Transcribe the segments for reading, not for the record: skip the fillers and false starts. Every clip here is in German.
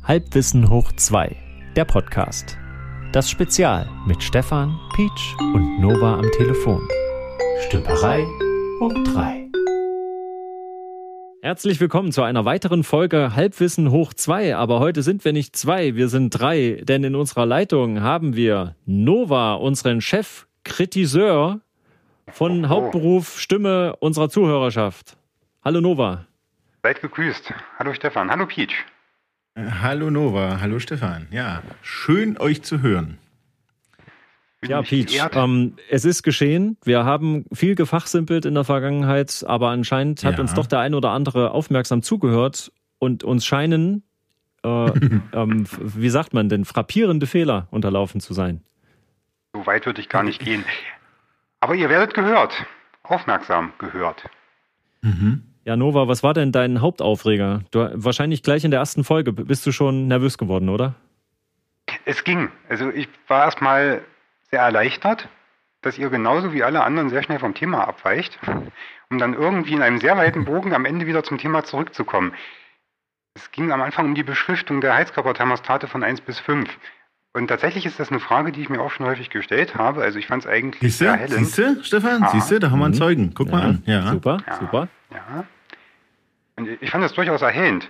Halbwissen hoch 2, der Podcast. Das Spezial mit Stefan, Peach und Nova am Telefon. Stümperei hoch 3. Herzlich willkommen zu einer weiteren Folge Halbwissen hoch 2. Aber heute sind wir nicht 2, wir sind 3. Denn in unserer Leitung haben wir Nova, unseren Chefkritiseur von Hauptberuf Stimme unserer Zuhörerschaft. Hallo Nova. Seid gegrüßt. Hallo Stefan. Hallo Peach. Hallo Nova. Hallo Stefan. Ja, schön euch zu hören. Ja, Peach, es ist geschehen. Wir haben viel gefachsimpelt in der Vergangenheit, aber anscheinend hat uns doch der ein oder andere aufmerksam zugehört und uns scheinen, wie sagt man denn, frappierende Fehler unterlaufen zu sein. So weit würde ich gar nicht gehen. Aber ihr werdet gehört. Aufmerksam gehört. Mhm. Ja, Nova, was war denn dein Hauptaufreger? Wahrscheinlich gleich in der ersten Folge bist du schon nervös geworden, oder? Es ging. Also ich war erstmal sehr erleichtert, dass ihr genauso wie alle anderen sehr schnell vom Thema abweicht, um dann irgendwie in einem sehr weiten Bogen am Ende wieder zum Thema zurückzukommen. Es ging am Anfang um die Beschriftung der Heizkörperthermostate von 1 bis 5. Und tatsächlich ist das eine Frage, die ich mir auch schon häufig gestellt habe. Also ich fand es eigentlich sehr erhellend. Siehst du, Stefan? Siehst du, da haben wir einen Zeugen. Guck mal an. Ja. Super. Ja. Und ich fand das durchaus erhellend.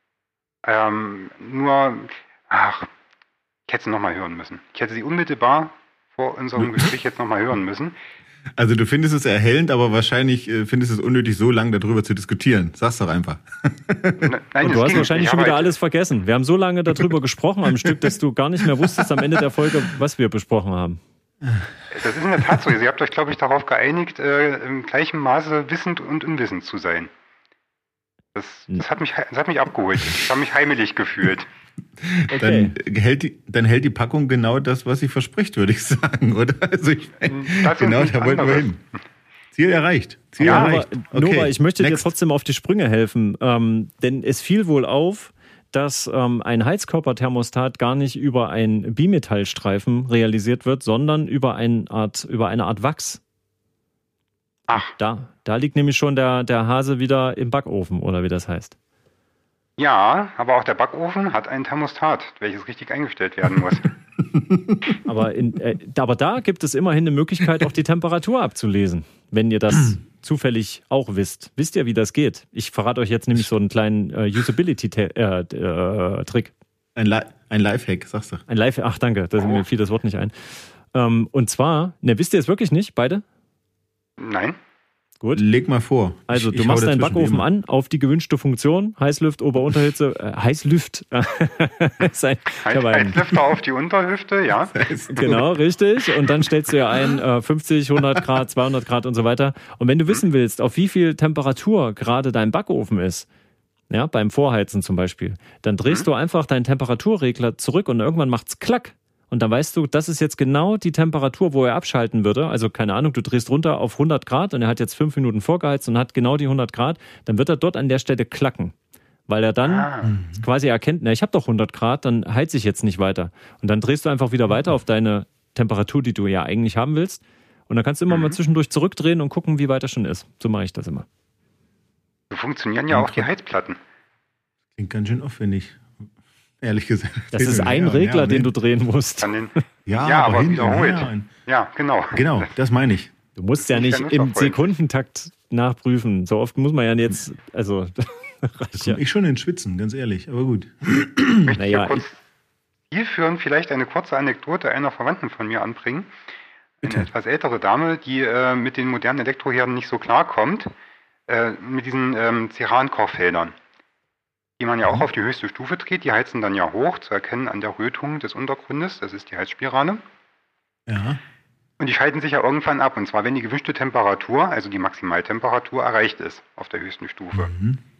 Ich hätte sie nochmal hören müssen. Ich hätte sie unmittelbar vor unserem Gespräch jetzt nochmal hören müssen. Also du findest es erhellend, aber wahrscheinlich findest es unnötig, so lange darüber zu diskutieren. Sag's doch einfach. Nein, und du hast wahrscheinlich schon wieder alles vergessen. Wir haben so lange darüber gesprochen am Stück, dass du gar nicht mehr wusstest am Ende der Folge, was wir besprochen haben. Das ist in der Tat so. Ihr habt euch, glaube ich, darauf geeinigt, im gleichen Maße wissend und unwissend zu sein. Das hat mich abgeholt. Ich habe mich heimelig gefühlt. Okay. Dann hält die Packung genau das, was sie verspricht, würde ich sagen, oder? Also genau, da wollten wir hin. Ziel erreicht. Aber Nova, ich möchte dir trotzdem auf die Sprünge helfen, denn es fiel wohl auf, dass ein Heizkörperthermostat gar nicht über einen Bimetallstreifen realisiert wird, sondern über eine Art Wachs. Ach. Da liegt nämlich schon der Hase wieder im Backofen, oder wie das heißt. Ja, aber auch der Backofen hat ein Thermostat, welches richtig eingestellt werden muss. Aber da gibt es immerhin eine Möglichkeit, auch die Temperatur abzulesen, wenn ihr das zufällig auch wisst. Wisst ihr, wie das geht? Ich verrate euch jetzt nämlich so einen kleinen Usability-Trick. Ein Lifehack, sagst du. Ein Lifehack, ach danke, mir fiel das Wort nicht ein. Und zwar, wisst ihr es wirklich nicht, beide? Nein. Gut. Leg mal vor. Also du machst deinen Backofen an auf die gewünschte Funktion, Heißluft, Ober-Unterhitze, Heißlüft. Heißlüfter auf die Unterhüfte, ja. Genau, richtig. Und dann stellst du ja ein 50, 100 Grad, 200 Grad und so weiter. Und wenn du wissen willst, auf wie viel Temperatur gerade dein Backofen ist, ja, beim Vorheizen zum Beispiel, dann drehst du einfach deinen Temperaturregler zurück und irgendwann macht's klack. Und dann weißt du, das ist jetzt genau die Temperatur, wo er abschalten würde. Also keine Ahnung, du drehst runter auf 100 Grad und er hat jetzt 5 Minuten vorgeheizt und hat genau die 100 Grad. Dann wird er dort an der Stelle klacken. Weil er dann quasi erkennt, ich habe doch 100 Grad, dann heiz ich jetzt nicht weiter. Und dann drehst du einfach wieder weiter auf deine Temperatur, die du ja eigentlich haben willst. Und dann kannst du immer mal zwischendurch zurückdrehen und gucken, wie weit er schon ist. So mache ich das immer. So funktionieren ja auch die Heizplatten. Klingt ganz schön aufwendig. Ehrlich gesagt. Das ist ein Regler, den du drehen musst. Aber wiederholt. Ja, genau. Genau, das meine ich. Du musst ja nicht im Sekundentakt nachprüfen. So oft muss man ja jetzt, also... Ich schon ins Schwitzen, ganz ehrlich, aber gut. Möchte ich kurz hierführen, vielleicht eine kurze Anekdote einer Verwandten von mir anbringen. Eine etwas ältere Dame, die mit den modernen Elektroherden nicht so klarkommt, mit diesen Ceran-Kochfeldern, die man ja auch auf die höchste Stufe dreht. Die heizen dann ja hoch, zu erkennen an der Rötung des Untergrundes. Das ist die Heizspirale. Ja. Und die schalten sich ja irgendwann ab. Und zwar, wenn die gewünschte Temperatur, also die Maximaltemperatur, erreicht ist auf der höchsten Stufe.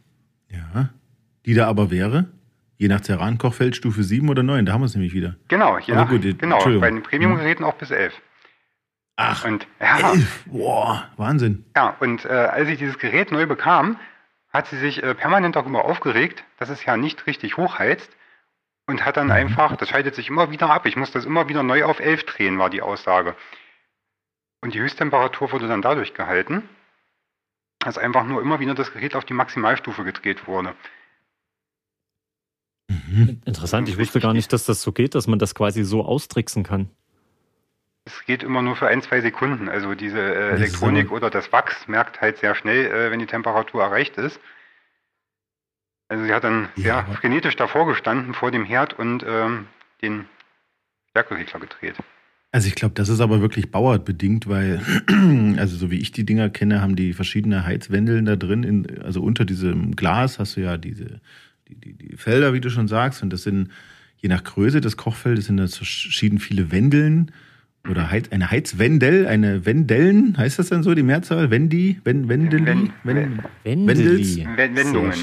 Ja. Die da aber wäre, je nach Ceran-Kochfeld, Stufe 7 oder 9. Da haben wir es nämlich wieder. Genau, bei den Premium-Geräten auch bis 11. Ach, und, 11? Boah, Wahnsinn. Ja, und als ich dieses Gerät neu bekam, hat sie sich permanent darüber aufgeregt, dass es ja nicht richtig hochheizt und hat dann einfach, das schaltet sich immer wieder ab, ich muss das immer wieder neu auf 11 drehen, war die Aussage. Und die Höchsttemperatur wurde dann dadurch gehalten, dass einfach nur immer wieder das Gerät auf die Maximalstufe gedreht wurde. Interessant, ich wusste gar nicht, dass das so geht, dass man das quasi so austricksen kann. Es geht immer nur für 1-2 Sekunden. Also diese Elektronik oder das Wachs merkt halt sehr schnell, wenn die Temperatur erreicht ist. Also sie hat dann sehr frenetisch davor gestanden vor dem Herd und den Stärkeregler gedreht. Also ich glaube, das ist aber wirklich bauartbedingt, weil, also so wie ich die Dinger kenne, haben die verschiedene Heizwendeln da drin. Also unter diesem Glas hast du ja die Felder, wie du schon sagst. Und das sind, je nach Größe des Kochfeldes, sind das verschieden viele Wendeln. Oder eine Heizwendel, eine Wendellen, heißt das dann so, die Mehrzahl? Wendeli? Wendeli. Wendungen.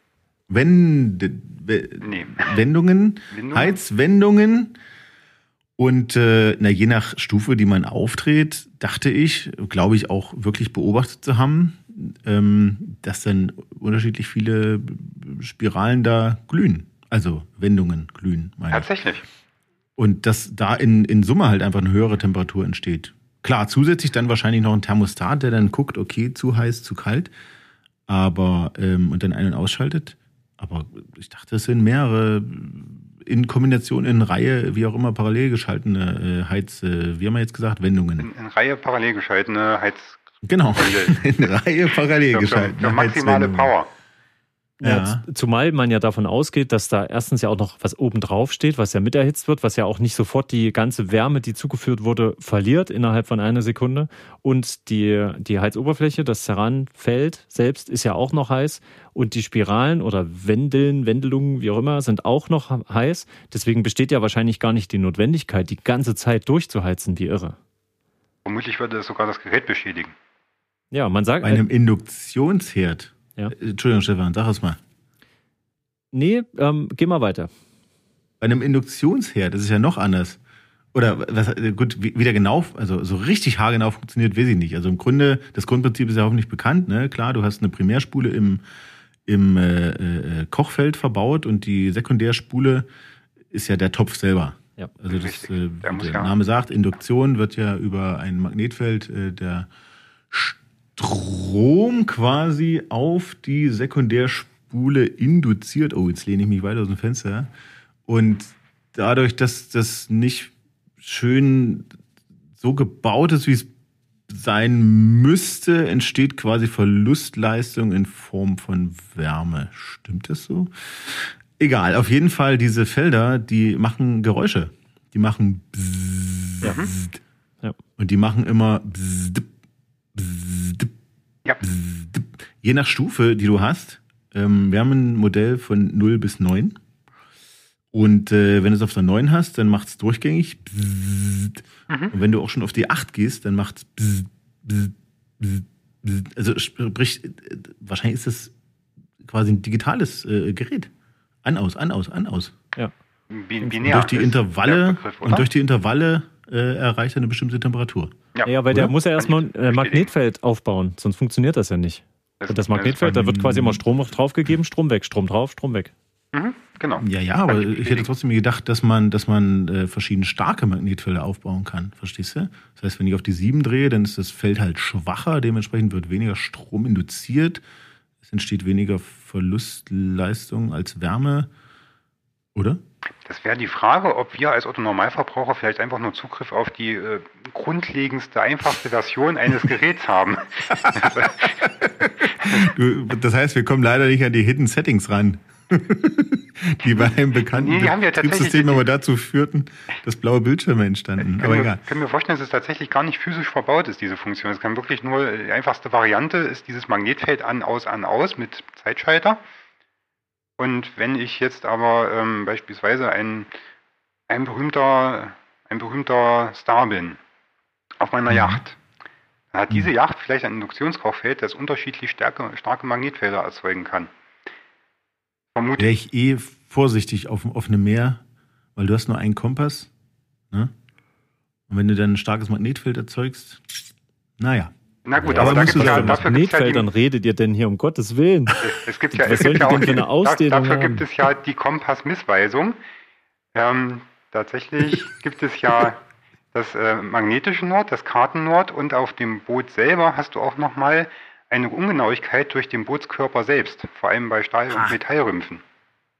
Wendungen, Heizwendungen. Und je nach Stufe, die man aufdreht, dachte ich, glaube ich auch wirklich beobachtet zu haben, dass dann unterschiedlich viele Spiralen da glühen. Also Wendungen glühen. Tatsächlich. Und dass da in Summe halt einfach eine höhere Temperatur entsteht. Klar, zusätzlich dann wahrscheinlich noch ein Thermostat, der dann guckt, okay, zu heiß, zu kalt, aber und dann ein- und ausschaltet. Aber ich dachte, es sind mehrere in Kombination, in Reihe, wie auch immer, parallel geschaltene wie haben wir jetzt gesagt, Wendungen. In Reihe parallel geschaltene Genau, in Reihe parallel geschaltene für maximale Power. Ja. Zumal man ja davon ausgeht, dass da erstens ja auch noch was oben drauf steht, was ja mit erhitzt wird, was ja auch nicht sofort die ganze Wärme, die zugeführt wurde, verliert innerhalb von einer Sekunde. Und die Heizoberfläche, das Ceranfeld selbst ist ja auch noch heiß. Und die Spiralen oder Wendelungen, wie auch immer, sind auch noch heiß. Deswegen besteht ja wahrscheinlich gar nicht die Notwendigkeit, die ganze Zeit durchzuheizen wie irre. Vermutlich würde es sogar das Gerät beschädigen. Ja, man sagt... Bei einem Induktionsherd. Ja. Entschuldigung, Stefan, sag es mal. Nee, geh mal weiter. Bei einem Induktionsherd, das ist ja noch anders. Oder was, gut, wie der genau, also so richtig haargenau funktioniert, weiß ich nicht. Also im Grunde, das Grundprinzip ist ja hoffentlich bekannt, ne? Klar, du hast eine Primärspule im Kochfeld verbaut und die Sekundärspule ist ja der Topf selber. Ja. Also der Name sagt, Induktion wird ja über ein Magnetfeld der Strom quasi auf die Sekundärspule induziert. Oh, jetzt lehne ich mich weiter aus dem Fenster. Und dadurch, dass das nicht schön so gebaut ist, wie es sein müsste, entsteht quasi Verlustleistung in Form von Wärme. Stimmt das so? Egal, auf jeden Fall, diese Felder, die machen Geräusche. Die machen bzzzt. Ja. Und die machen immer bzzzt. Ja. Je nach Stufe, die du hast, wir haben ein Modell von 0 bis 9. Und wenn du es auf der 9 hast, dann macht es durchgängig. Und wenn du auch schon auf die 8 gehst, dann macht es also sprich, wahrscheinlich ist das quasi ein digitales Gerät. An, aus. Ja. Binär durch die Intervalle erreicht er eine bestimmte Temperatur. Ja, weil der muss ja erstmal ein Magnetfeld aufbauen, sonst funktioniert das ja nicht. Und das Magnetfeld, da wird quasi immer Strom draufgegeben, Strom weg, Strom drauf, Strom weg. Genau. Ja, aber ich hätte trotzdem gedacht, dass man verschiedene starke Magnetfelder aufbauen kann. Verstehst du? Das heißt, wenn ich auf die 7 drehe, dann ist das Feld halt schwacher, dementsprechend wird weniger Strom induziert. Es entsteht weniger Verlustleistung als Wärme, oder? Das wäre die Frage, ob wir als Otto-Normalverbraucher vielleicht einfach nur Zugriff auf die grundlegendste, einfachste Version eines Geräts haben. Das heißt, wir kommen leider nicht an die Hidden Settings ran. Die bei einem bekannten Betriebssystem aber dazu führten, dass blaue Bildschirme entstanden. Aber egal. Ich kann mir vorstellen, dass es tatsächlich gar nicht physisch verbaut ist, diese Funktion. Es kann wirklich nur, die einfachste Variante ist dieses Magnetfeld an, aus mit Zeitschalter. Und wenn ich jetzt aber beispielsweise ein berühmter Star bin auf meiner Yacht, dann hat diese Yacht vielleicht ein Induktionskochfeld, das unterschiedlich starke Magnetfelder erzeugen kann. Wäre ich vorsichtig auf dem offenen Meer, weil du hast nur einen Kompass. Ne? Und wenn du dann ein starkes Magnetfeld erzeugst, naja. Na gut, aber da gibt es ja dafür Magnetfeldern redet ihr denn hier, um Gottes Willen? Dafür gibt es ja die Kompassmissweisung. Tatsächlich gibt es ja das magnetische Nord, das Kartennord, und auf dem Boot selber hast du auch nochmal eine Ungenauigkeit durch den Bootskörper selbst, vor allem bei Stahl- und Metallrümpfen.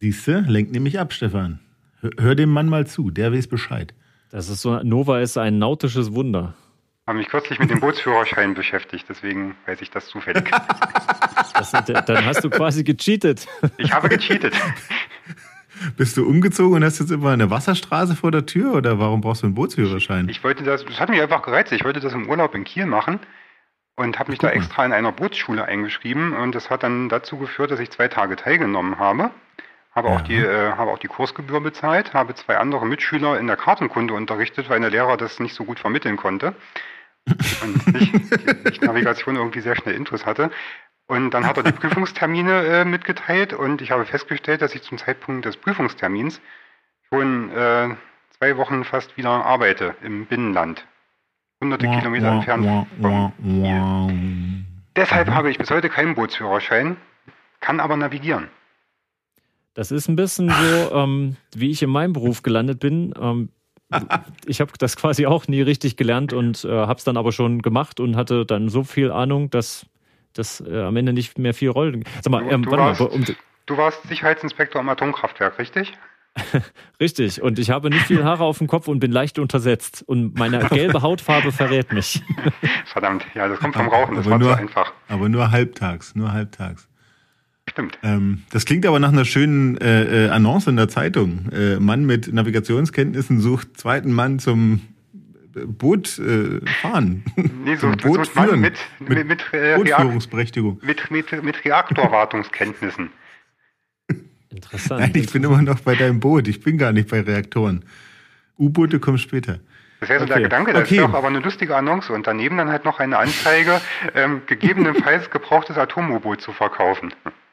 Siehst du, lenkt nämlich ab, Stefan. Hör dem Mann mal zu, der weiß Bescheid. Das ist so, Nova ist ein nautisches Wunder. Habe mich kürzlich mit dem Bootsführerschein beschäftigt, deswegen weiß ich das zufällig. Dann hast du quasi gecheatet. Ich habe gecheatet. Bist du umgezogen und hast jetzt immer eine Wasserstraße vor der Tür oder warum brauchst du einen Bootsführerschein? Ich wollte das hat mich einfach gereizt. Ich wollte das im Urlaub in Kiel machen und habe mich da extra in einer Bootsschule eingeschrieben und das hat dann dazu geführt, dass ich 2 Tage teilgenommen habe. Habe auch die Kursgebühr bezahlt, habe 2 andere Mitschüler in der Kartenkunde unterrichtet, weil der Lehrer das nicht so gut vermitteln konnte und ich Navigation irgendwie sehr schnell Intus hatte. Und dann hat er die Prüfungstermine mitgeteilt und ich habe festgestellt, dass ich zum Zeitpunkt des Prüfungstermins schon 2 Wochen fast wieder arbeite im Binnenland. Hunderte Kilometer entfernt von hier. Deshalb habe ich bis heute keinen Bootsführerschein, kann aber navigieren. Das ist ein bisschen so, wie ich in meinem Beruf gelandet bin. Ich habe das quasi auch nie richtig gelernt und habe es dann aber schon gemacht und hatte dann so viel Ahnung, dass das am Ende nicht mehr viel Rolle. Sag mal, du warst Sicherheitsinspektor am Atomkraftwerk, richtig? Richtig. Und ich habe nicht viel Haare auf dem Kopf und bin leicht untersetzt. Und meine gelbe Hautfarbe verrät mich. Verdammt, ja, das kommt vom Rauchen, das war zu einfach. Aber nur halbtags. Stimmt. Das klingt aber nach einer schönen Annonce in der Zeitung. Mann mit Navigationskenntnissen sucht zweiten Mann zum Boot fahren. Nee, so Boot führen. Mit Bootführungsberechtigung. Mit Reaktorwartungskenntnissen. Interessant. Nein, ich bin immer noch bei deinem Boot. Ich bin gar nicht bei Reaktoren. U-Boote kommen später. Das wäre so der Gedanke, das ist doch aber eine lustige Annonce. Und daneben dann halt noch eine Anzeige, gegebenenfalls gebrauchtes Atom-U-Boot zu verkaufen.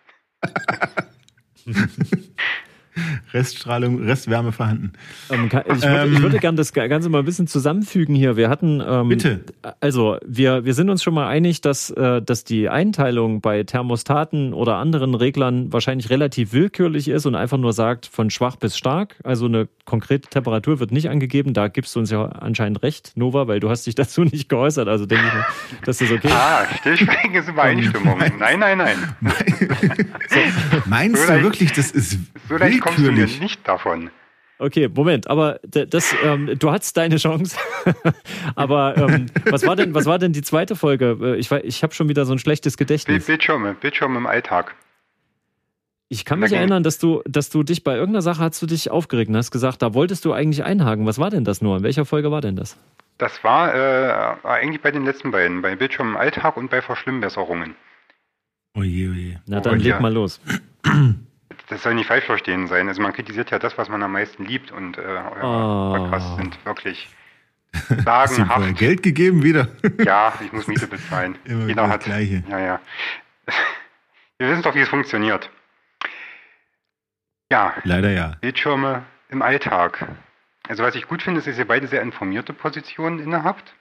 Reststrahlung, Restwärme vorhanden. Ich würde gerne das Ganze mal ein bisschen zusammenfügen hier. Wir hatten, bitte. Also wir sind uns schon mal einig, dass die Einteilung bei Thermostaten oder anderen Reglern wahrscheinlich relativ willkürlich ist und einfach nur sagt, von schwach bis stark. Also eine konkrete Temperatur wird nicht angegeben. Da gibst du uns ja anscheinend recht, Nova, weil du hast dich dazu nicht geäußert. Also denke ich mal, das ist okay. Stillschweigen ist Übereinstimmung. Nein. Meinst du wirklich, das ist so leicht kommst du mir nicht davon. Okay, Moment, aber du hattest deine Chance. Aber was war denn die zweite Folge? Ich habe schon wieder so ein schlechtes Gedächtnis. Bildschirme im Alltag. Ich kann mich erinnern, dass du dich bei irgendeiner Sache hast du dich aufgeregt und hast gesagt, da wolltest du eigentlich einhaken. Was war denn das nur? In welcher Folge war denn das? Das war eigentlich bei den letzten beiden, bei Bildschirm im Alltag und bei Verschlimmbesserungen. Oje. Na dann leg mal los. Das soll nicht falsch verstehen sein. Also man kritisiert ja das, was man am meisten liebt und eure Podcasts sind wirklich sagenhaft. Hast du Geld gegeben wieder? Ja, ich muss Miete bezahlen. Immer Jeder das hat. Gleiche. Ja. Wir wissen doch, wie es funktioniert. Ja. Leider ja. Bildschirme im Alltag. Also was ich gut finde, ist, dass ihr beide sehr informierte Positionen innehabt.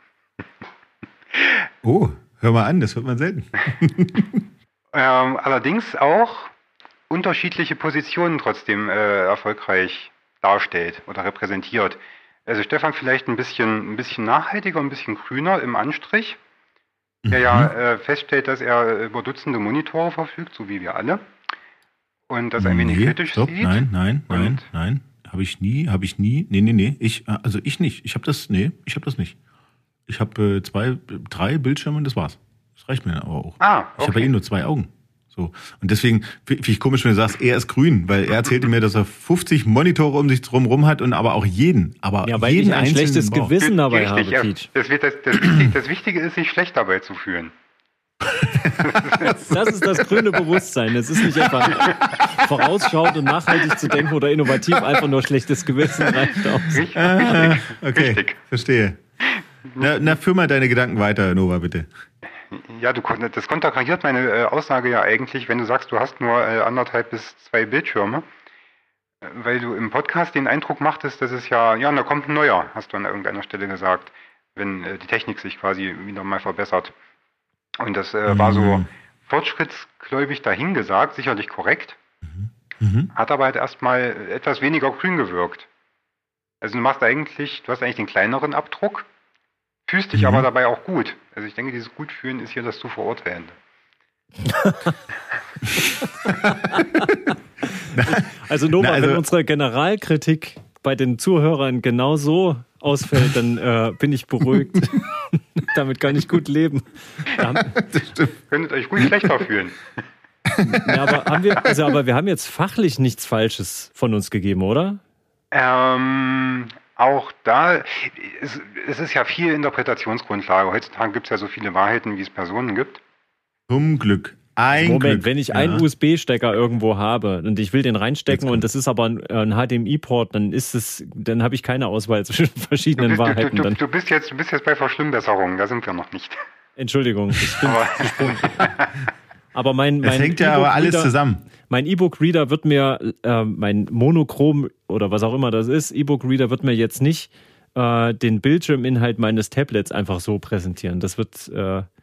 Oh, hör mal an, das hört man selten. Allerdings auch unterschiedliche Positionen trotzdem erfolgreich darstellt oder repräsentiert. Also Stefan vielleicht ein bisschen nachhaltiger, ein bisschen grüner im Anstrich, der feststellt, dass er über Dutzende Monitore verfügt, so wie wir alle. Und das ein wenig kritisch sieht. Nein. Habe ich nie. Nee. Ich nicht. Ich habe das nicht. Ich habe 3 Bildschirme und das war's. Das reicht mir aber auch. Okay. Ich habe ja nur 2 Augen. So. Und deswegen finde ich komisch, wenn du sagst, er ist grün, weil er erzählte mir, dass er 50 Monitore um sich drum hat und aber auch jeden. Weil ich ein schlechtes Gewissen dabei habe, Peach. Das Wichtige ist, sich schlecht dabei zu fühlen. Das ist das grüne Bewusstsein. Es ist nicht einfach vorausschauend und nachhaltig zu denken oder innovativ, einfach nur schlechtes Gewissen reicht aus. Richtig. Verstehe. Na, führ mal deine Gedanken weiter, Nova, bitte. Ja, das konterkariert meine Aussage ja eigentlich, wenn du sagst, du hast nur 1,5 bis 2 Bildschirme, weil du im Podcast den Eindruck machtest, dass es da kommt ein neuer, hast du an irgendeiner Stelle gesagt, wenn die Technik sich quasi wieder mal verbessert. Und das war so fortschrittsgläubig dahingesagt, sicherlich korrekt, hat aber halt erstmal etwas weniger grün gewirkt. Also du hast eigentlich den kleineren Abdruck, fühlst dich aber dabei auch gut. Also ich denke, dieses Gutfühlen ist hier das zu verurteilende. Also Nova, wenn unsere Generalkritik bei den Zuhörern genau so ausfällt, dann bin ich beruhigt. Damit kann ich gut leben. Könntet euch ruhig schlechter fühlen. Ja, aber wir haben jetzt fachlich nichts Falsches von uns gegeben, oder? Auch da, es ist ja viel Interpretationsgrundlage. Heutzutage gibt es ja so viele Wahrheiten, wie es Personen gibt. Zum Glück. Moment, wenn ich einen USB-Stecker irgendwo habe und ich will den reinstecken und das ist aber ein HDMI-Port, dann habe ich keine Auswahl zwischen verschiedenen Wahrheiten. Du bist jetzt bei Verschlimmbesserungen, da sind wir noch nicht. Entschuldigung, ich bin gesprungen. Aber das hängt ja aber alles zusammen. Mein E-Book-Reader wird mir, mein Monochrom oder was auch immer das ist, E-Book-Reader wird mir jetzt nicht den Bildschirminhalt meines Tablets einfach so präsentieren. Das wird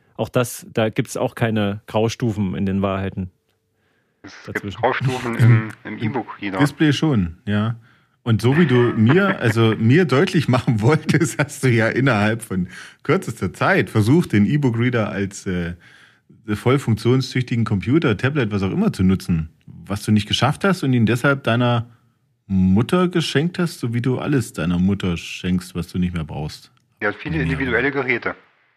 da gibt es auch keine Graustufen in den Wahrheiten. Es gibt Graustufen im E-Book-Reader. Display schon, ja. Und so wie du mir deutlich machen wolltest, hast du ja innerhalb von kürzester Zeit versucht, den E-Book-Reader als voll funktionstüchtigen Computer, Tablet, was auch immer zu nutzen, was du nicht geschafft hast und ihn deshalb deiner Mutter geschenkt hast, so wie du alles deiner Mutter schenkst, was du nicht mehr brauchst. Die hat viele individuelle Geräte.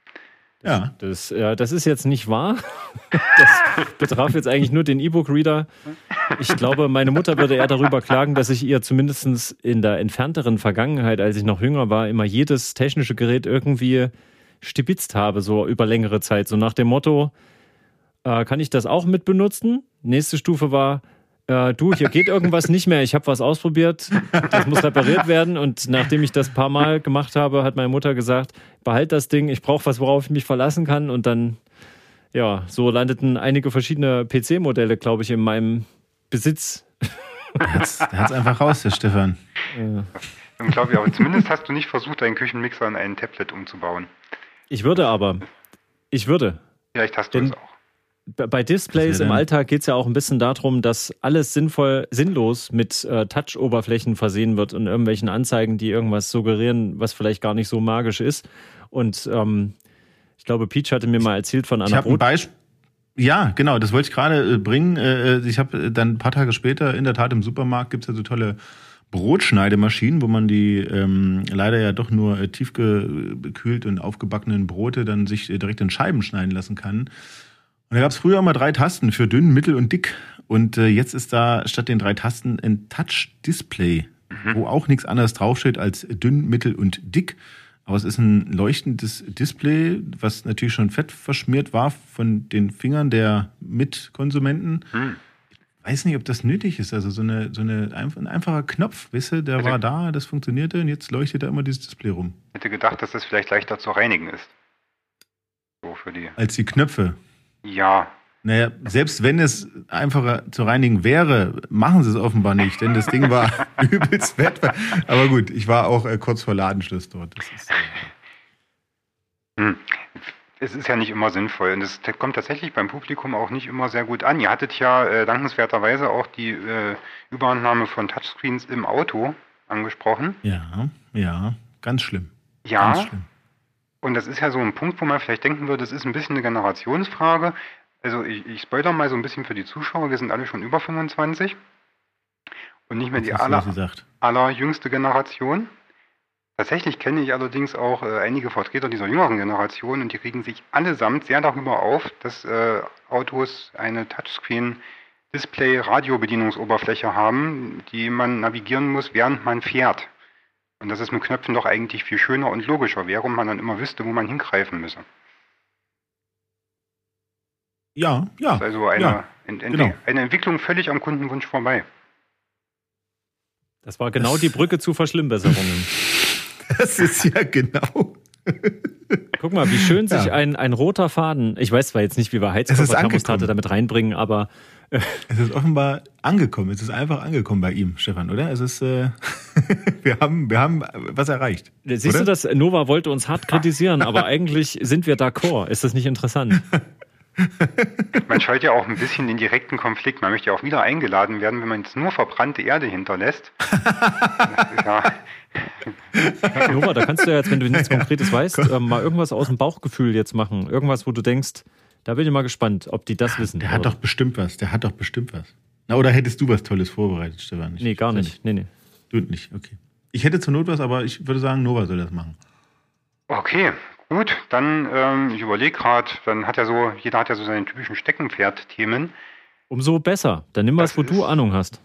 Ja. Das ist jetzt nicht wahr. Das betraf jetzt eigentlich nur den E-Book-Reader. Ich glaube, meine Mutter würde eher darüber klagen, dass ich ihr zumindest in der entfernteren Vergangenheit, als ich noch jünger war, immer jedes technische Gerät irgendwie stibitzt habe, so über längere Zeit. So nach dem Motto, kann ich das auch mit benutzen? Nächste Stufe war, hier geht irgendwas nicht mehr, ich habe was ausprobiert, das muss repariert werden und nachdem ich das ein paar Mal gemacht habe, hat meine Mutter gesagt, behalt das Ding, ich brauche was, worauf ich mich verlassen kann und dann, ja, so landeten einige verschiedene PC-Modelle, glaube ich, in meinem Besitz. Der hat's einfach raus, der Stefan. Ja. Glaube ich, aber zumindest hast du nicht versucht, deinen Küchenmixer in ein Tablet umzubauen. Ich würde. Vielleicht hast du es auch. Bei Displays im Alltag geht es ja auch ein bisschen darum, dass alles sinnlos mit Touch-Oberflächen versehen wird und irgendwelchen Anzeigen, die irgendwas suggerieren, was vielleicht gar nicht so magisch ist. Und ich glaube, Peach hatte mir mal erzählt von einer Ja, genau, das wollte ich gerade bringen. Ich habe dann ein paar Tage später in der Tat im Supermarkt gibt es ja so tolle Brotschneidemaschinen, wo man die leider ja doch nur tiefgekühlt und aufgebackenen Brote dann sich direkt in Scheiben schneiden lassen kann. Und da gab es früher immer 3 Tasten für dünn, mittel und dick. Und jetzt ist da statt den 3 Tasten ein Touch-Display, wo auch nichts anderes draufsteht als dünn, mittel und dick. Aber es ist ein leuchtendes Display, was natürlich schon fettverschmiert war von den Fingern der Mitkonsumenten. Ich weiß nicht, ob das nötig ist. Also ein einfacher Knopf, weißt du, der war da, das funktionierte und jetzt leuchtet da immer dieses Display rum. Ich hätte gedacht, dass das vielleicht leichter zu reinigen ist. So als die Knöpfe. Ja. Naja, selbst wenn es einfacher zu reinigen wäre, machen sie es offenbar nicht, denn das Ding war übelst fett. Aber gut, ich war auch kurz vor Ladenschluss dort. Das ist, Es ist ja nicht immer sinnvoll und es kommt tatsächlich beim Publikum auch nicht immer sehr gut an. Ihr hattet ja dankenswerterweise auch die Übernahme von Touchscreens im Auto angesprochen. Ja, ganz schlimm. Ja. Ganz schlimm. Und das ist ja so ein Punkt, wo man vielleicht denken würde, das ist ein bisschen eine Generationsfrage. Also ich spoilere mal so ein bisschen für die Zuschauer, wir sind alle schon über 25 und nicht mehr die allerjüngste Generation. Tatsächlich kenne ich allerdings auch einige Vertreter dieser jüngeren Generation und die regen sich allesamt sehr darüber auf, dass Autos eine Touchscreen-Display-Radiobedienungsoberfläche haben, die man navigieren muss, während man fährt. Und dass es mit Knöpfen doch eigentlich viel schöner und logischer wäre und man dann immer wüsste, wo man hingreifen müsse. Ja. Das ist also eine Entwicklung völlig am Kundenwunsch vorbei. Das war genau die Brücke zu Verschlimmbesserungen. Das ist ja genau. Guck mal, wie schön sich ein roter Faden, ich weiß zwar jetzt nicht, wie wir Heizkörperthermostate damit reinbringen, aber es ist offenbar angekommen. Es ist einfach angekommen bei ihm, Stefan, oder? Es ist, wir haben was erreicht. Siehst du das? Nova wollte uns hart kritisieren, aber eigentlich sind wir d'accord. Ist das nicht interessant? Man scheut ja auch ein bisschen den direkten Konflikt. Man möchte ja auch wieder eingeladen werden, wenn man jetzt nur verbrannte Erde hinterlässt. Nova, da kannst du ja jetzt, wenn du nichts Konkretes weißt, mal irgendwas aus dem Bauchgefühl jetzt machen. Irgendwas, wo du denkst, Da bin ich mal gespannt, ob die das wissen. Der hat doch bestimmt was. Na, oder hättest du was Tolles vorbereitet, Stefan? Nee, gar nicht. Nee. Du nicht, okay. Ich hätte zur Not was, aber ich würde sagen, Nova soll das machen. Okay, gut. Dann, ich überlege gerade, jeder hat ja so seine typischen Steckenpferd-Themen. Umso besser. Dann nimm was, wo du Ahnung hast.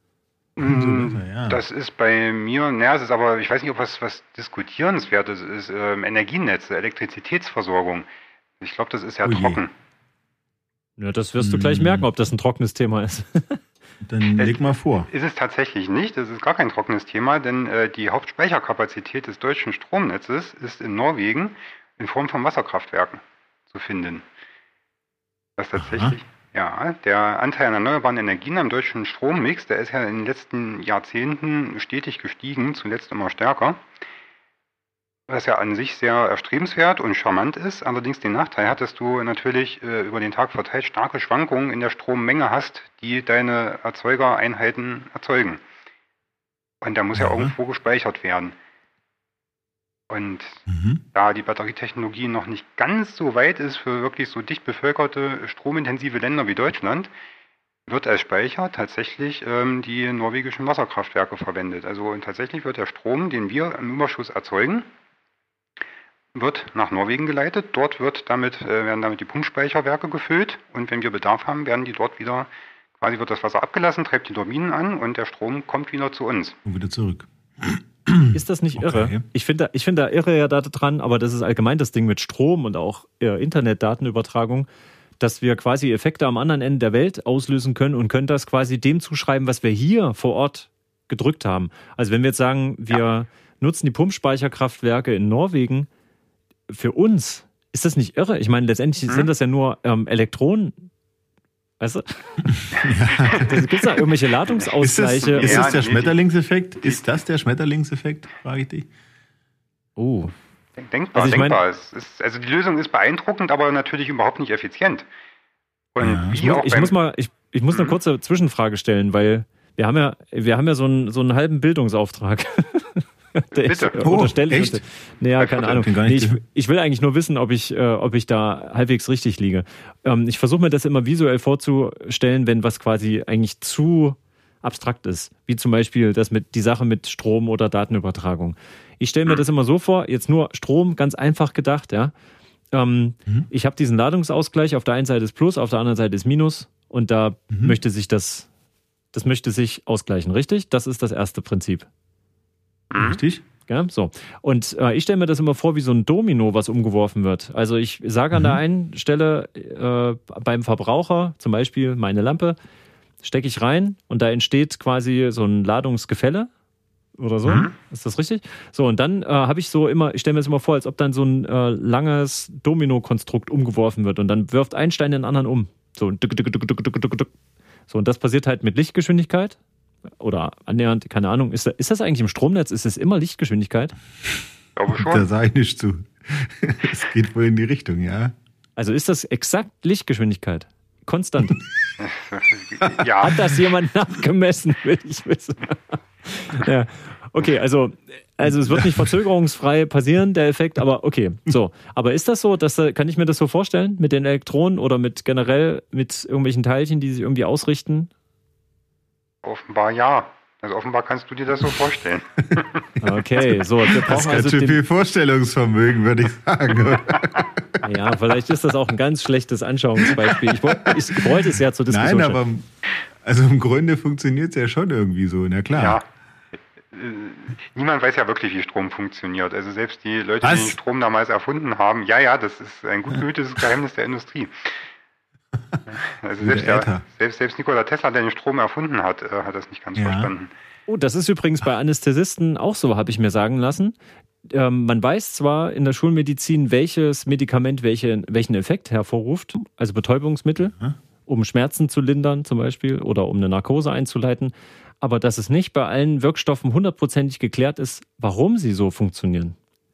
Ja. Das ist bei mir, es ist aber, ich weiß nicht, ob was diskutierenswert ist, Energienetze, Elektrizitätsversorgung. Ich glaube, das ist ja trocken. Ja, das wirst du gleich merken, ob das ein trockenes Thema ist. Dann leg mal vor. Ist es tatsächlich nicht, das ist gar kein trockenes Thema, denn die Hauptspeicherkapazität des deutschen Stromnetzes ist in Norwegen in Form von Wasserkraftwerken zu finden. Das tatsächlich... Ja, der Anteil an erneuerbaren Energien am deutschen Strommix, der ist ja in den letzten Jahrzehnten stetig gestiegen, zuletzt immer stärker. Was ja an sich sehr erstrebenswert und charmant ist, allerdings den Nachteil hat, dass du natürlich über den Tag verteilt starke Schwankungen in der Strommenge hast, die deine Erzeugereinheiten erzeugen. Und da muss ja irgendwo gespeichert werden. Und da die Batterietechnologie noch nicht ganz so weit ist für wirklich so dicht bevölkerte, stromintensive Länder wie Deutschland, wird als Speicher tatsächlich die norwegischen Wasserkraftwerke verwendet. Also tatsächlich wird der Strom, den wir im Überschuss erzeugen, wird nach Norwegen geleitet. Dort werden damit die Pumpspeicherwerke gefüllt und wenn wir Bedarf haben, werden die dort wieder, quasi wird das Wasser abgelassen, treibt die Turbinen an und der Strom kommt wieder zu uns. Und wieder zurück. Ist das nicht irre? Ich finde da irre ja da dran, aber das ist allgemein das Ding mit Strom und auch Internetdatenübertragung, dass wir quasi Effekte am anderen Ende der Welt auslösen können und können das quasi dem zuschreiben, was wir hier vor Ort gedrückt haben. Also wenn wir jetzt sagen, wir nutzen die Pumpspeicherkraftwerke in Norwegen, für uns ist das nicht irre? Ich meine, letztendlich sind das ja nur Elektronen. Weißt du? Gibt es da irgendwelche Ladungsausgleiche? Ist das der Schmetterlingseffekt? Ist das der Schmetterlingseffekt, frage ich dich? Oh. Denkbar. Also die Lösung ist beeindruckend, aber natürlich überhaupt nicht effizient. Und ich muss eine kurze Zwischenfrage stellen, weil wir haben ja so einen halben Bildungsauftrag. Bitte. Echt? Naja, keine Ahnung. Ich will eigentlich nur wissen, ob ich da halbwegs richtig liege. Ich versuche mir das immer visuell vorzustellen, wenn was quasi eigentlich zu abstrakt ist. Wie zum Beispiel die Sache mit Strom oder Datenübertragung. Ich stelle mir das immer so vor, jetzt nur Strom, ganz einfach gedacht, ja. Ich habe diesen Ladungsausgleich, auf der einen Seite ist Plus, auf der anderen Seite ist Minus und da möchte sich das möchte sich ausgleichen, richtig? Das ist das erste Prinzip. Richtig? Ja, so. Und ich stelle mir das immer vor wie so ein Domino, was umgeworfen wird. Also ich sage an der einen Stelle beim Verbraucher, zum Beispiel meine Lampe, stecke ich rein und da entsteht quasi so ein Ladungsgefälle oder so. Ist das richtig? So, und dann ich stelle mir das immer vor, als ob dann so ein langes Domino-Konstrukt umgeworfen wird und dann wirft ein Stein den anderen um. So, und das passiert halt mit Lichtgeschwindigkeit. Oder annähernd, keine Ahnung. Ist das eigentlich im Stromnetz? Ist es immer Lichtgeschwindigkeit? Ich glaube schon. Da sage ich nicht zu. Es geht wohl in die Richtung, ja. Also ist das exakt Lichtgeschwindigkeit? Konstant? Ja. Hat das jemand nachgemessen, will ich wissen. Ja. Okay, also es wird nicht verzögerungsfrei passieren, der Effekt, aber okay. So. Aber ist das so, kann ich mir das so vorstellen? Mit den Elektronen oder generell mit irgendwelchen Teilchen, die sich irgendwie ausrichten? Offenbar ja. Also offenbar kannst du dir das so vorstellen. Okay, so. Wir das ist ganz schön viel Vorstellungsvermögen, würde ich sagen. Ja, vielleicht ist das auch ein ganz schlechtes Anschauungsbeispiel. Ich wollte es ja zur Diskussion Nein, aber also im Grunde funktioniert es ja schon irgendwie so, na klar. Ja. Niemand weiß ja wirklich, wie Strom funktioniert. Also selbst die Leute, die den Strom damals erfunden haben, das ist ein gut gehütetes Geheimnis der Industrie. Also selbst Nikola Tesla, der den Strom erfunden hat, hat das nicht ganz verstanden. Oh, das ist übrigens bei Anästhesisten auch so, habe ich mir sagen lassen. Man weiß zwar in der Schulmedizin, welches Medikament welchen Effekt hervorruft, also Betäubungsmittel, um Schmerzen zu lindern zum Beispiel oder um eine Narkose einzuleiten, aber dass es nicht bei allen Wirkstoffen 100% geklärt ist, warum sie so funktionieren.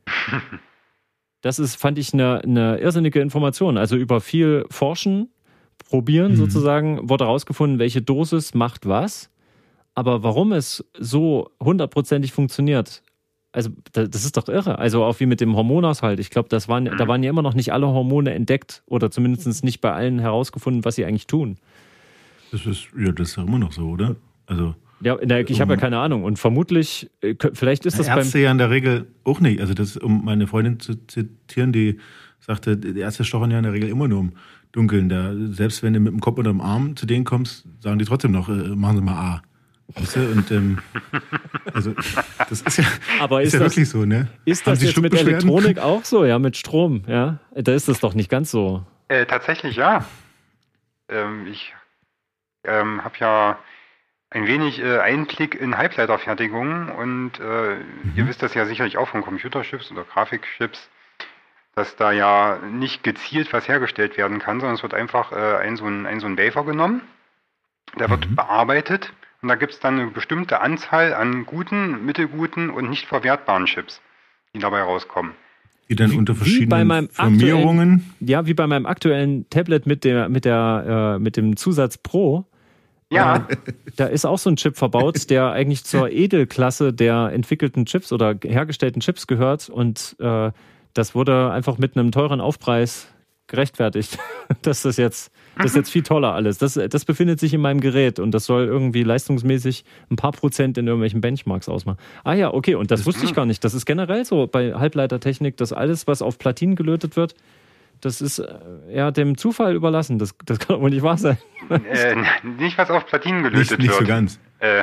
Das fand ich eine irrsinnige Information. Also über viel Forschen, Probieren sozusagen, wurde herausgefunden, welche Dosis macht was, aber warum es so 100%ig funktioniert, also das ist doch irre. Also auch wie mit dem Hormonaushalt. Ich glaube, da waren ja immer noch nicht alle Hormone entdeckt oder zumindest nicht bei allen herausgefunden, was sie eigentlich tun. Das ist doch immer noch so, oder? Also ja, ich habe ja keine Ahnung. Und vermutlich, vielleicht ist das Ärzte ja in der Regel auch nicht. Also das, um meine Freundin zu zitieren, die sagte, die Ärzte stochern ja in der Regel immer nur im Dunkeln. Selbst wenn du mit dem Kopf unter dem Arm zu denen kommst, sagen die trotzdem noch, machen Sie mal A. Weißt du? Und also das ist ja, aber ist ja wirklich so, ne? Ist das jetzt mit Elektronik auch so, ja, mit Strom, ja? Da ist das doch nicht ganz so. Tatsächlich ja. Ich habe ja ein wenig Einblick in Halbleiterfertigung und ihr wisst das ja sicherlich auch von Computerchips oder Grafikchips, dass da ja nicht gezielt was hergestellt werden kann, sondern es wird einfach ein so ein Wafer genommen, der wird bearbeitet und da gibt es dann eine bestimmte Anzahl an guten, mittelguten und nicht verwertbaren Chips, die dabei rauskommen. Die dann unter verschiedenen Firmierungen? Ja, wie bei meinem aktuellen Tablet mit dem Zusatz Pro. Ja. Da ist auch so ein Chip verbaut, der eigentlich zur Edelklasse der entwickelten Chips oder hergestellten Chips gehört und das wurde einfach mit einem teuren Aufpreis gerechtfertigt. Das ist jetzt viel toller alles. Das befindet sich in meinem Gerät und das soll irgendwie leistungsmäßig ein paar Prozent in irgendwelchen Benchmarks ausmachen. Ah ja, okay, und das wusste ich gar nicht. Das ist generell so bei Halbleitertechnik, dass alles, was auf Platinen gelötet wird, das ist eher dem Zufall überlassen. Das kann wohl nicht wahr sein. Nicht, was auf Platinen gelötet wird. Nicht so ganz.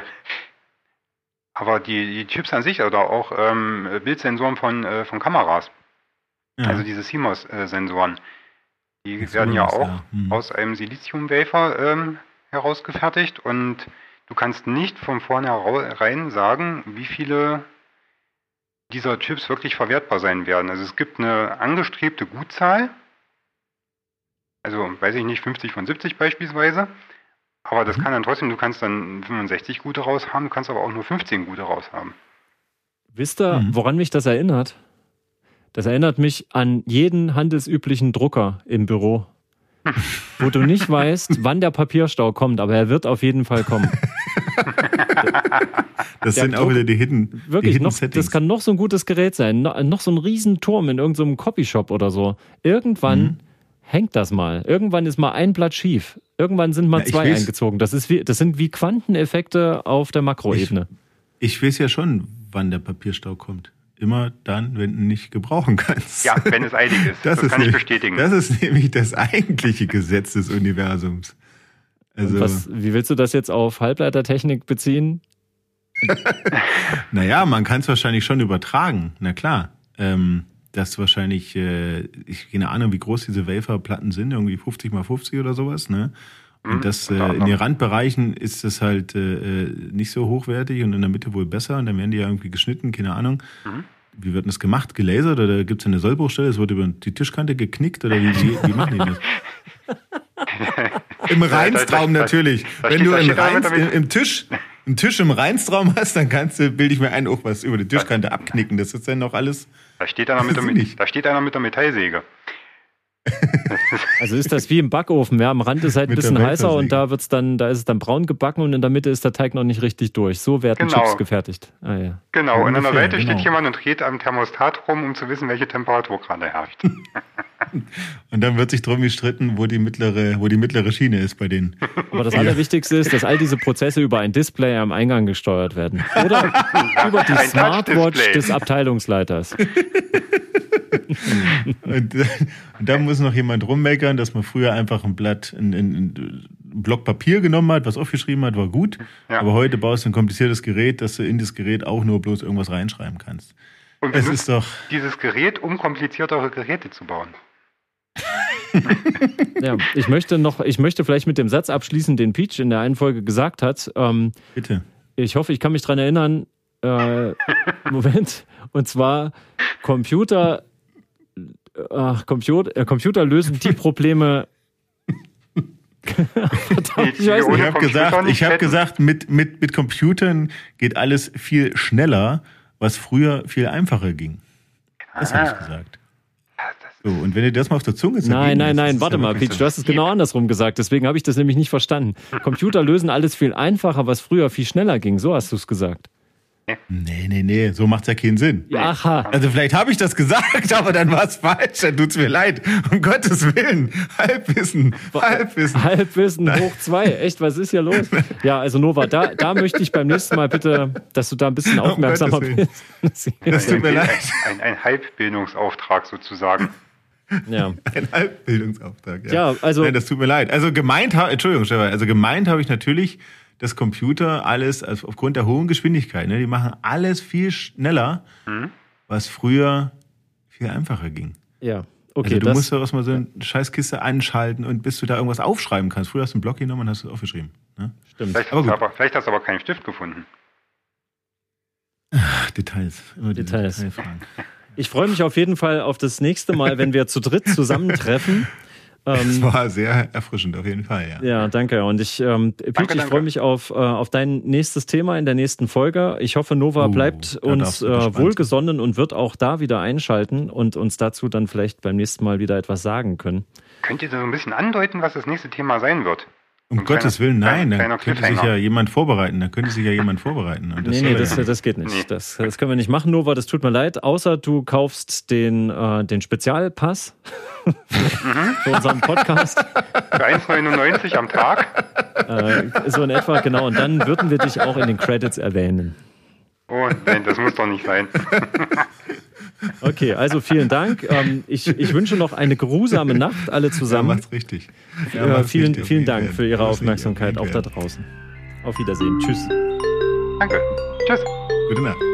Aber die Chips an sich oder auch Bildsensoren von Kameras, also diese CMOS-Sensoren, die werden ja auch aus einem Silizium-Wafer herausgefertigt und du kannst nicht von vornherein sagen, wie viele dieser Chips wirklich verwertbar sein werden. Also es gibt eine angestrebte Gutzahl, also weiß ich nicht, 50 von 70 beispielsweise, aber das kann dann trotzdem, du kannst dann 65 gute raus haben, du kannst aber auch nur 15 gute raus haben. Wisst ihr, woran mich das erinnert? Das erinnert mich an jeden handelsüblichen Drucker im Büro, wo du nicht weißt, wann der Papierstau kommt, aber er wird auf jeden Fall kommen. Das sind auch wieder die Hidden Settings. Das kann noch so ein gutes Gerät sein, noch so ein Riesenturm in irgendeinem Copyshop oder so. Irgendwann hängt das mal. Irgendwann ist mal ein Blatt schief. Irgendwann sind mal zwei eingezogen. Das sind wie Quanteneffekte auf der Makroebene. Ich weiß ja schon, wann der Papierstau kommt. Immer dann, wenn du ihn nicht gebrauchen kannst. Ja, wenn es eilig ist. Das kann ich bestätigen. Das ist nämlich das eigentliche Gesetz des Universums. Also, wie willst du das jetzt auf Halbleitertechnik beziehen? Naja, man kann es wahrscheinlich schon übertragen. Na klar. Das wahrscheinlich, ich keine Ahnung, wie groß diese Waferplatten sind, irgendwie 50 mal 50 oder sowas, ne? Und das in den Randbereichen ist das halt nicht so hochwertig und in der Mitte wohl besser und dann werden die ja irgendwie geschnitten, keine Ahnung. Wie wird denn das gemacht? Gelasert oder gibt es eine Sollbruchstelle? Es wird über die Tischkante geknickt oder wie machen die das? Im Reinstraum natürlich. Wenn du im Tisch im Reinstraum hast, dann bilde ich mir ein, auch was über die Tischkante abknicken. Das ist dann noch alles. Da steht einer mit der Metallsäge. Also ist das wie im Backofen, ja, am Rand ist halt ein bisschen heißer und da ist es dann braun gebacken und in der Mitte ist der Teig noch nicht richtig durch. So werden Chips gefertigt. Ah, ja. Genau, und an der Seite steht jemand und dreht am Thermostat rum, um zu wissen, welche Temperatur gerade herrscht. Und dann wird sich drum gestritten, wo die mittlere Schiene ist bei denen. Aber das Allerwichtigste ist, dass all diese Prozesse über ein Display am Eingang gesteuert werden. Oder über die Smartwatch des Abteilungsleiters. Und da muss noch jemand rummeckern, dass man früher einfach ein Block Papier genommen hat, was aufgeschrieben hat, war gut. Ja. Aber heute baust du ein kompliziertes Gerät, dass du in das Gerät auch nur bloß irgendwas reinschreiben kannst. Und es ist doch dieses Gerät, um kompliziertere Geräte zu bauen. Ja, ich möchte vielleicht mit dem Satz abschließen, den Peach in der einen Folge gesagt hat. Bitte. Ich hoffe, ich kann mich dran erinnern. Moment. Und zwar Computer lösen die Probleme. Verdammt, ich habe gesagt, mit Computern geht alles viel schneller, was früher viel einfacher ging. Das habe ich gesagt. So, und wenn ihr das mal auf der Zunge zergehen Nein, warte mal, Peach, du hast es genau andersrum gesagt, deswegen habe ich das nämlich nicht verstanden. Computer lösen alles viel einfacher, was früher viel schneller ging, so hast du es gesagt. Nee, so macht's ja keinen Sinn. Ja, aha. Also vielleicht habe ich das gesagt, aber dann war es falsch, dann tut's mir leid. Um Gottes Willen. Halbwissen. Halbwissen hoch 2. Echt, was ist hier los? Ja, also Nova, da möchte ich beim nächsten Mal bitte, dass du da ein bisschen aufmerksamer bist. Das tut mir leid. Ein Halbbildungsauftrag sozusagen. Ja. Ein Halbbildungsauftrag. Ja, also. Nein, das tut mir leid. Also Entschuldigung, Stefan, gemeint habe ich natürlich, dass Computer alles, also aufgrund der hohen Geschwindigkeit, ne, die machen alles viel schneller, was früher viel einfacher ging. Ja, okay. Also du musst doch erstmal so eine Scheißkiste anschalten und bis du da irgendwas aufschreiben kannst. Früher hast du einen Block genommen und hast es aufgeschrieben. Ne? Stimmt. Vielleicht hast du aber keinen Stift gefunden. Ach, Details. Immer Details. Ich freue mich auf jeden Fall auf das nächste Mal, wenn wir zu dritt zusammentreffen. Das war sehr erfrischend, auf jeden Fall, ja. Ja, danke. Und ich freue mich auf dein nächstes Thema in der nächsten Folge. Ich hoffe, Nova bleibt uns wohlgesonnen und wird auch da wieder einschalten und uns dazu dann vielleicht beim nächsten Mal wieder etwas sagen können. Könnt ihr so ein bisschen andeuten, was das nächste Thema sein wird? Um Gottes Willen, nein, da könnte sich ja jemand vorbereiten. Und das nee, das geht nicht. Nee. Das können wir nicht machen, Nova, das tut mir leid. Außer du kaufst den Spezialpass für unseren Podcast. Für 1,99 am Tag. So in etwa, genau. Und dann würden wir dich auch in den Credits erwähnen. Oh, nein, das muss doch nicht sein. Okay, also vielen Dank. Ich wünsche noch eine geruhsame Nacht, alle zusammen. Ja, macht's richtig. Vielen Dank für Ihre Aufmerksamkeit auch da draußen. Auf Wiedersehen. Tschüss. Danke. Tschüss. Gute Nacht.